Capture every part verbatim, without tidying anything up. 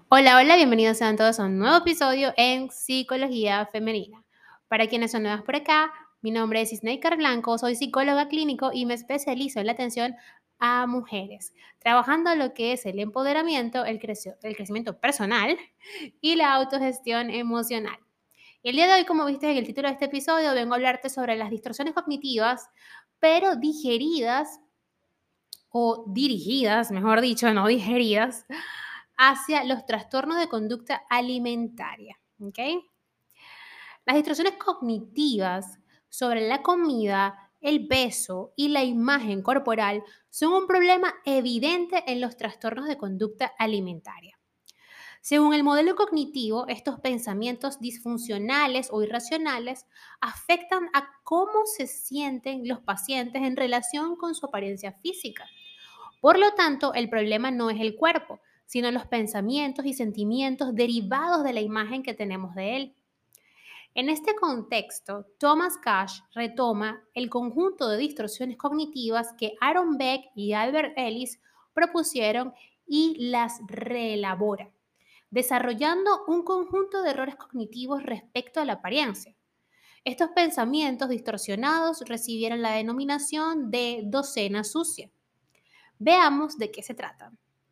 Hola, hola, bienvenidos sean todos a un nuevo episodio en Psicología Femenina. Para quienes son nuevas por acá, mi nombre es Isneikar Blanco, soy psicóloga clínico y me especializo en la atención a mujeres, trabajando lo que es el empoderamiento, el, crecio- el crecimiento personal y la autogestión emocional. Y el día de hoy, como viste en el título de este episodio, vengo a hablarte sobre las distorsiones cognitivas, pero digeridas o dirigidas, mejor dicho, no digeridas, hacia los trastornos de conducta alimentaria. ¿Ok? Las distorsiones cognitivas sobre la comida, el peso y la imagen corporal son un problema evidente en los trastornos de conducta alimentaria. Según el modelo cognitivo, estos pensamientos disfuncionales o irracionales afectan a cómo se sienten los pacientes en relación con su apariencia física. Por lo tanto, el problema no es el cuerpo, sino los pensamientos y sentimientos derivados de la imagen que tenemos de él. En este contexto, Thomas Cash retoma el conjunto de distorsiones cognitivas que Aaron Beck y Albert Ellis propusieron y las reelabora, desarrollando un conjunto de errores cognitivos respecto a la apariencia. Estos pensamientos distorsionados recibieron la denominación de docena sucia. Veamos de qué se trata.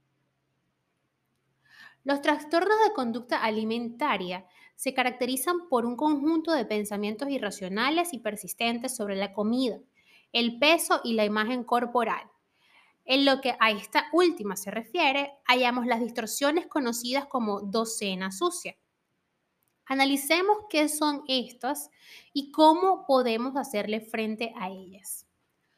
Los trastornos de conducta alimentaria se caracterizan por un conjunto de pensamientos irracionales y persistentes sobre la comida, el peso y la imagen corporal. En lo que a esta última se refiere, hallamos las distorsiones conocidas como docena sucia. Analicemos qué son estas y cómo podemos hacerle frente a ellas.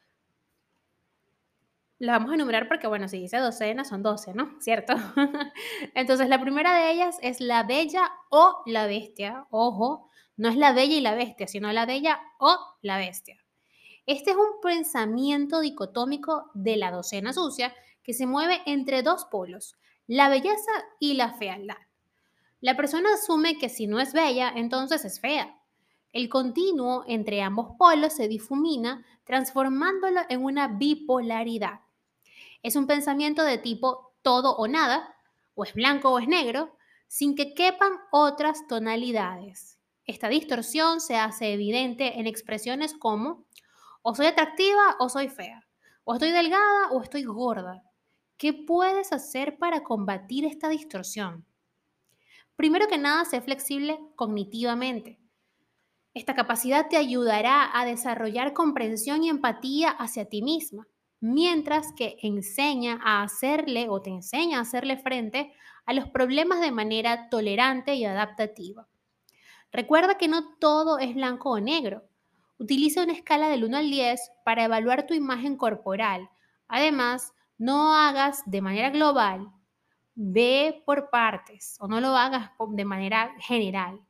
Las vamos a enumerar porque, bueno, si dice docena, son doce, ¿no? ¿Cierto? Entonces, la primera de ellas es la bella o la bestia. Ojo, no es la bella y la bestia, sino la bella o la bestia. Este es un pensamiento dicotómico de la docena sucia que se mueve entre dos polos, la belleza y la fealdad. La persona asume que si no es bella, entonces es fea. El continuo entre ambos polos se difumina, transformándolo en una bipolaridad. Es un pensamiento de tipo todo o nada, o es blanco o es negro, sin que quepan otras tonalidades. Esta distorsión se hace evidente en expresiones como o soy atractiva o soy fea, o estoy delgada o estoy gorda. ¿Qué puedes hacer para combatir esta distorsión? Primero que nada, sé flexible cognitivamente. Esta capacidad te ayudará a desarrollar comprensión y empatía hacia ti misma, mientras que enseña a hacerle o te enseña a hacerle frente a los problemas de manera tolerante y adaptativa. Recuerda que no todo es blanco o negro. Utiliza una escala del uno al diez para evaluar tu imagen corporal. Además, no hagas de manera global, ve por partes o no lo hagas de manera general.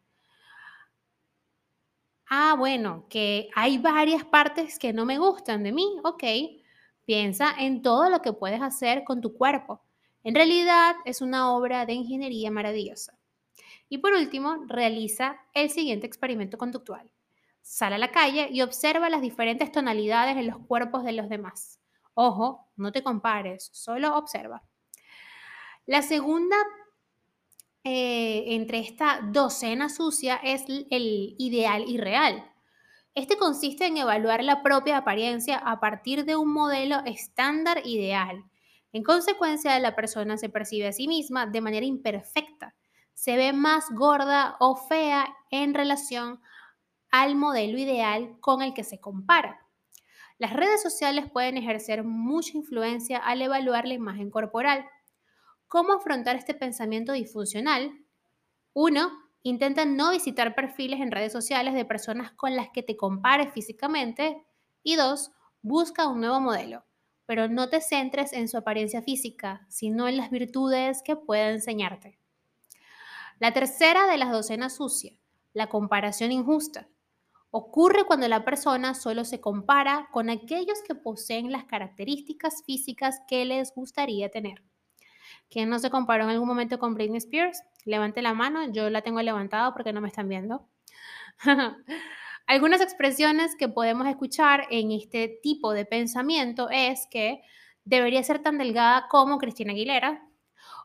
Ah, bueno, que hay varias partes que no me gustan de mí, ok. Piensa en todo lo que puedes hacer con tu cuerpo. En realidad es una obra de ingeniería maravillosa. Y por último, realiza el siguiente experimento conductual. Sal a la calle y observa las diferentes tonalidades en los cuerpos de los demás. Ojo, no te compares, solo observa. La segunda eh, entre esta docena sucia es el ideal y real. Este consiste en evaluar la propia apariencia a partir de un modelo estándar ideal. En consecuencia, la persona se percibe a sí misma de manera imperfecta. Se ve más gorda o fea en relación al modelo ideal con el que se compara. Las redes sociales pueden ejercer mucha influencia al evaluar la imagen corporal. ¿Cómo afrontar este pensamiento disfuncional? Uno, intenta no visitar perfiles en redes sociales de personas con las que te compares físicamente. Y dos, busca un nuevo modelo, pero no te centres en su apariencia física, sino en las virtudes que pueda enseñarte. La tercera de las docenas sucias, la comparación injusta. Ocurre cuando la persona solo se compara con aquellos que poseen las características físicas que les gustaría tener. ¿Quién no se comparó en algún momento con Britney Spears? Levante la mano, yo la tengo levantada porque no me están viendo. Algunas expresiones que podemos escuchar en este tipo de pensamiento es que debería ser tan delgada como Cristina Aguilera,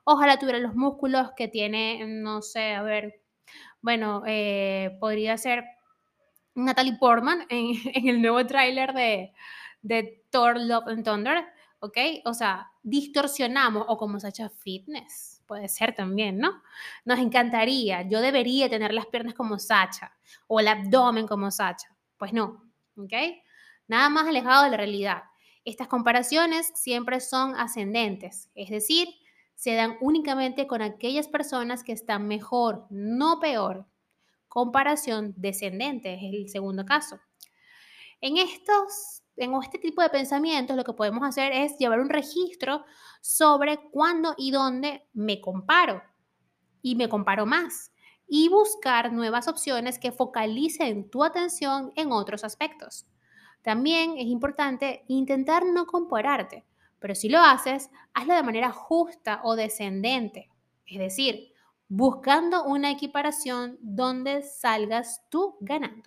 Ojalá tuviera los músculos que tiene, no sé, a ver, bueno, eh, podría ser Natalie Portman en, en el nuevo tráiler de, de Thor Love and Thunder, ¿ok? O sea, distorsionamos, o como Sacha Fitness, puede ser también, ¿no? Nos encantaría, yo debería tener las piernas como Sacha, o el abdomen como Sacha. Pues no, ¿ok? Nada más alejado de la realidad. Estas comparaciones siempre son ascendentes, es decir, se dan únicamente con aquellas personas que están mejor, no peor. Comparación descendente es el segundo caso. En estos, en este tipo de pensamientos lo que podemos hacer es llevar un registro sobre cuándo y dónde me comparo y me comparo más y buscar nuevas opciones que focalicen tu atención en otros aspectos. También es importante intentar no compararte, pero si lo haces, hazlo de manera justa o descendente, es decir, buscando una equiparación donde salgas tú ganando.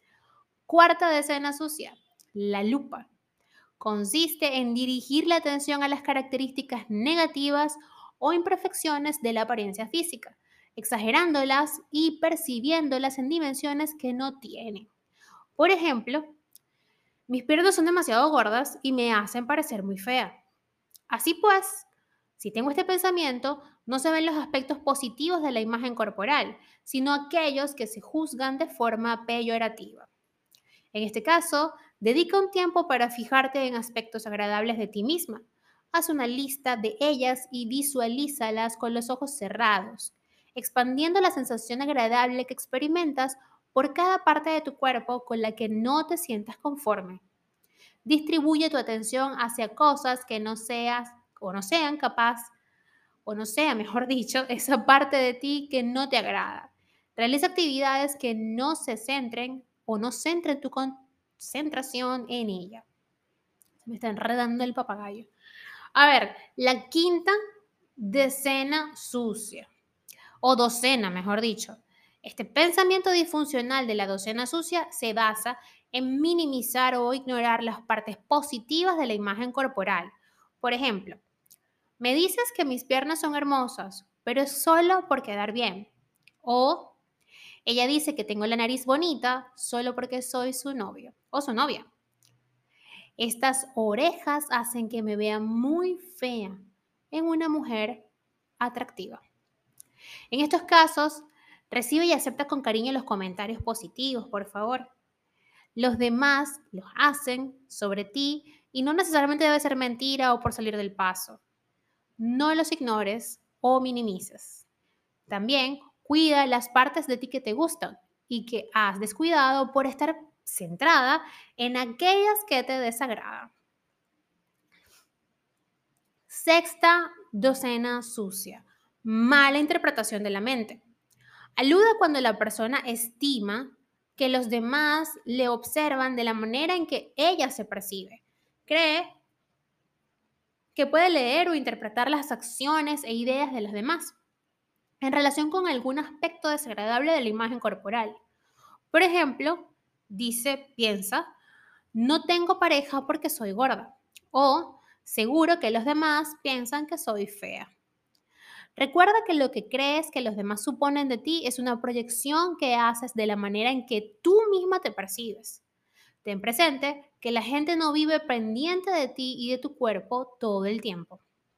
Cuarta decena sucia, la lupa. Consiste en dirigir la atención a las características negativas o imperfecciones de la apariencia física, exagerándolas y percibiéndolas en dimensiones que no tienen. Por ejemplo, mis piernas son demasiado gordas y me hacen parecer muy fea. Así pues, si tengo este pensamiento, no se ven los aspectos positivos de la imagen corporal, sino aquellos que se juzgan de forma peyorativa. En este caso, dedica un tiempo para fijarte en aspectos agradables de ti misma. Haz una lista de ellas y visualízalas con los ojos cerrados, expandiendo la sensación agradable que experimentas por cada parte de tu cuerpo con la que no te sientas conforme. Distribuye tu atención hacia cosas que no seas o no sean capaz, o no sea, mejor dicho, esa parte de ti que no te agrada. Realiza actividades que no se centren o no centren tu concentración en ella. Se me está enredando el papagayo. A ver, la quinta decena sucia, o docena, mejor dicho. Este pensamiento disfuncional de la docena sucia se basa en minimizar o ignorar las partes positivas de la imagen corporal. Por ejemplo, me dices que mis piernas son hermosas, pero es solo por quedar bien. O ella dice que tengo la nariz bonita solo porque soy su novio o su novia. Estas orejas hacen que me vea muy fea en una mujer atractiva. En estos casos, recibe y acepta con cariño los comentarios positivos, por favor. Los demás los hacen sobre ti y no necesariamente debe ser mentira o por salir del paso. No los ignores o minimices. También cuida las partes de ti que te gustan y que has descuidado por estar centrada en aquellas que te desagradan. Sexta docena sucia, mala interpretación de la mente. Alude cuando la persona estima que los demás le observan de la manera en que ella se percibe. Cree que puede leer o interpretar las acciones e ideas de los demás en relación con algún aspecto desagradable de la imagen corporal. Por ejemplo, dice, piensa, no tengo pareja porque soy gorda. O seguro que los demás piensan que soy fea. Recuerda que lo que crees que los demás suponen de ti es una proyección que haces de la manera en que tú misma te percibes. Ten presente que la gente no vive pendiente de ti y de tu cuerpo todo el tiempo.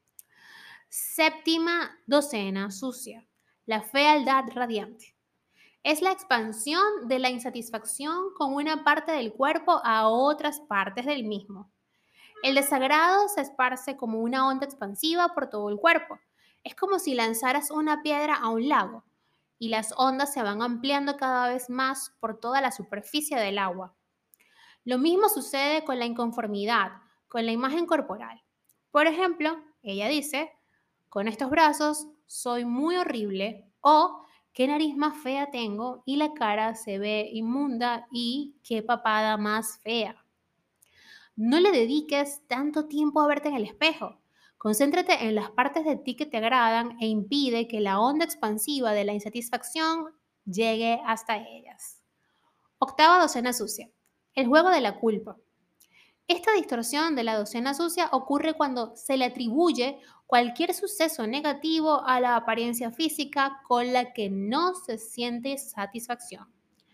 Séptima docena sucia, la fealdad radiante. Es la expansión de la insatisfacción con una parte del cuerpo a otras partes del mismo. El desagrado se esparce como una onda expansiva por todo el cuerpo. Es como si lanzaras una piedra a un lago y las ondas se van ampliando cada vez más por toda la superficie del agua. Lo mismo sucede con la inconformidad, con la imagen corporal. Por ejemplo, ella dice, con estos brazos soy muy horrible o qué nariz más fea tengo y la cara se ve inmunda y qué papada más fea. No le dediques tanto tiempo a verte en el espejo. Concéntrate en las partes de ti que te agradan e impide que la onda expansiva de la insatisfacción llegue hasta ellas. Octava docena sucia. El juego de la culpa. Esta distorsión de la docena sucia ocurre cuando se le atribuye cualquier suceso negativo a la apariencia física con la que no se siente satisfacción.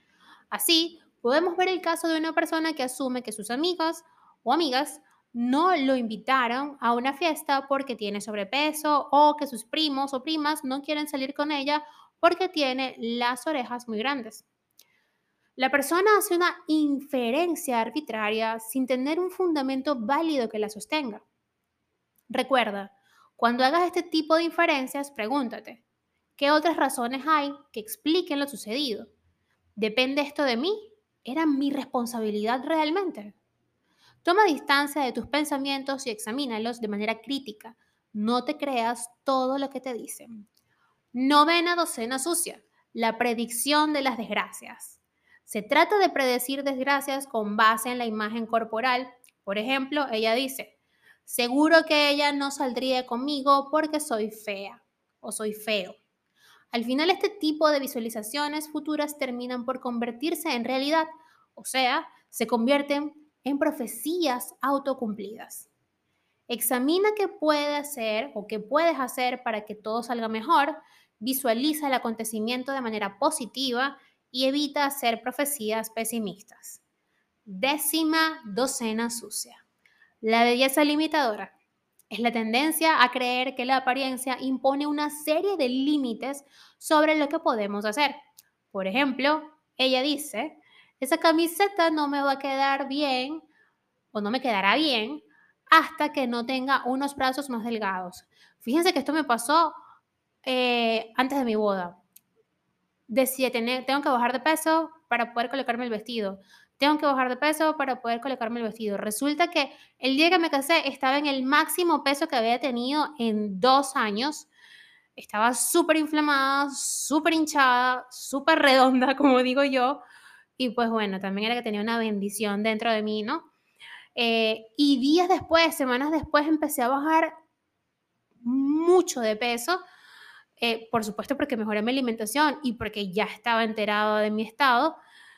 Así, podemos ver el caso de una persona que asume que sus amigas o amigas no lo invitaron a una fiesta porque tiene sobrepeso o que sus primos o primas no quieren salir con ella porque tiene las orejas muy grandes. La persona hace una inferencia arbitraria sin tener un fundamento válido que la sostenga. Recuerda, cuando hagas este tipo de inferencias, pregúntate, ¿qué otras razones hay que expliquen lo sucedido? ¿Depende esto de mí? ¿Era mi responsabilidad realmente? Toma distancia de tus pensamientos y examínalos de manera crítica. No te creas todo lo que te dicen. Novena docena sucia, la predicción de las desgracias. Se trata de predecir desgracias con base en la imagen corporal. Por ejemplo, ella dice, seguro que ella no saldría conmigo porque soy fea o soy feo. Al final, este tipo de visualizaciones futuras terminan por convertirse en realidad, o sea, se convierten en profecías autocumplidas. Examina qué puede hacer o qué puedes hacer para que todo salga mejor, visualiza el acontecimiento de manera positiva y evita hacer profecías pesimistas. Décima docena sucia. La belleza limitadora. Es la tendencia a creer que la apariencia impone una serie de límites sobre lo que podemos hacer. Por ejemplo, ella dice, esa camiseta no me va a quedar bien o no me quedará bien hasta que no tenga unos brazos más delgados. Fíjense que esto me pasó eh, antes de mi boda. Decía, tener, tengo que bajar de peso para poder colocarme el vestido. Tengo que bajar de peso para poder colocarme el vestido. Resulta que el día que me casé estaba en el máximo peso que había tenido en dos años. Estaba súper inflamada, súper hinchada, súper redonda, como digo yo. Y pues bueno, también era que tenía una bendición dentro de mí, ¿no? Eh, y días después, semanas después, empecé a bajar mucho de peso, eh, por supuesto porque mejoré mi alimentación y porque ya estaba enterado de mi estado.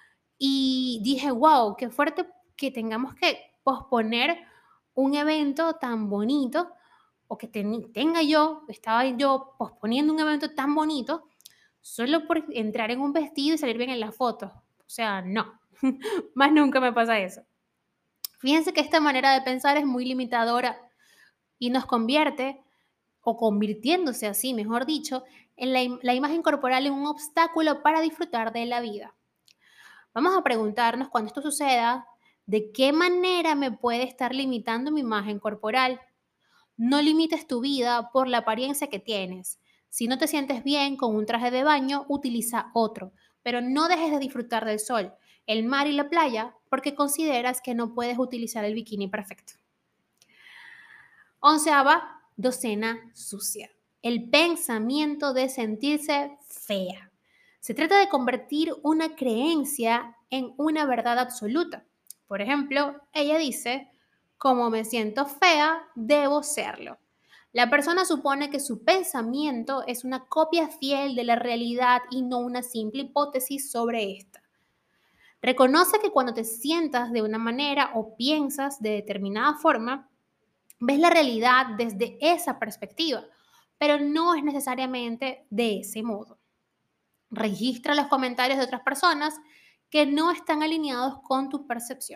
Y dije, wow, qué fuerte que tengamos que posponer un evento tan bonito, o que ten- tenga yo, estaba yo posponiendo un evento tan bonito, solo por entrar en un vestido y salir bien en la foto. O sea, no, más nunca me pasa eso. Fíjense que esta manera de pensar es muy limitadora y nos convierte, o convirtiéndose así, mejor dicho, en la, im- la imagen corporal en un obstáculo para disfrutar de la vida. Vamos a preguntarnos cuando esto suceda, ¿de qué manera me puede estar limitando mi imagen corporal? No limites tu vida por la apariencia que tienes. Si no te sientes bien con un traje de baño, utiliza otro, pero no dejes de disfrutar del sol, el mar y la playa porque consideras que no puedes utilizar el bikini perfecto. Onceava docena sucia. El pensamiento de sentirse fea. Se trata de convertir una creencia en una verdad absoluta. Por ejemplo, ella dice, como me siento fea, debo serlo. La persona supone que su pensamiento es una copia fiel de la realidad y no una simple hipótesis sobre esta. Reconoce que cuando te sientas de una manera o piensas de determinada forma, ves la realidad desde esa perspectiva, pero no es necesariamente de ese modo. Registra los comentarios de otras personas que no están alineados con tu percepción.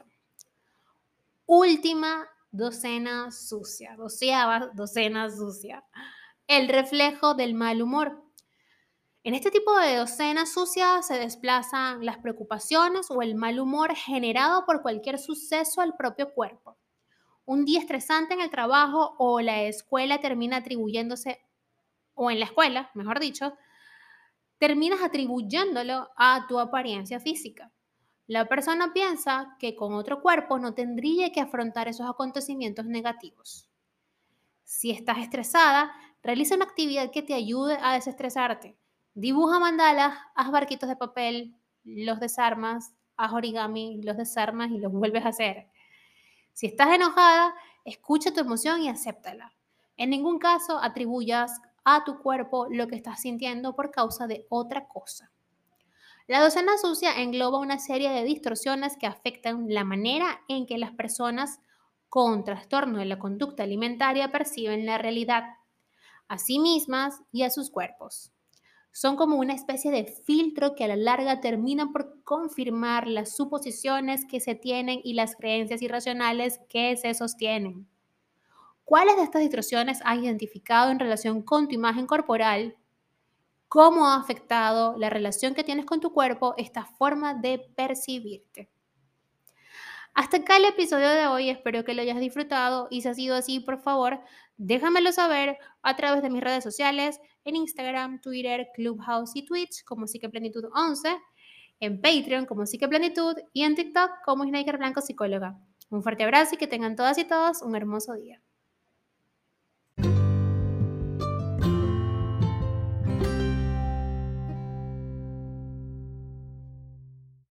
Última docena sucia, doceava docena sucia. El reflejo del mal humor. En este tipo de docena sucia se desplazan las preocupaciones o el mal humor generado por cualquier suceso al propio cuerpo. Un día estresante en el trabajo o la escuela termina atribuyéndose, o en la escuela, mejor dicho, terminas atribuyéndolo a tu apariencia física. La persona piensa que con otro cuerpo no tendría que afrontar esos acontecimientos negativos. Si estás estresada, realiza una actividad que te ayude a desestresarte. Dibuja mandalas, haz barquitos de papel, los desarmas, haz origami, los desarmas y los vuelves a hacer. Si estás enojada, escucha tu emoción y acéptala. En ningún caso atribuyas a tu cuerpo lo que estás sintiendo por causa de otra cosa. La docena sucia engloba una serie de distorsiones que afectan la manera en que las personas con trastorno de la conducta alimentaria perciben la realidad, a sí mismas y a sus cuerpos. Son como una especie de filtro que a la larga terminan por confirmar las suposiciones que se tienen y las creencias irracionales que se sostienen. ¿Cuáles de estas distorsiones has identificado en relación con tu imagen corporal? ¿Cómo ha afectado la relación que tienes con tu cuerpo esta forma de percibirte? Hasta acá el episodio de hoy, espero que lo hayas disfrutado y si ha sido así, por favor, déjamelo saber a través de mis redes sociales, en Instagram, Twitter, Clubhouse y Twitch como Psiqueplenitud once, en Patreon como Psiqueplenitud y en TikTok como Snaker Blanco Psicóloga. Un fuerte abrazo y que tengan todas y todos un hermoso día.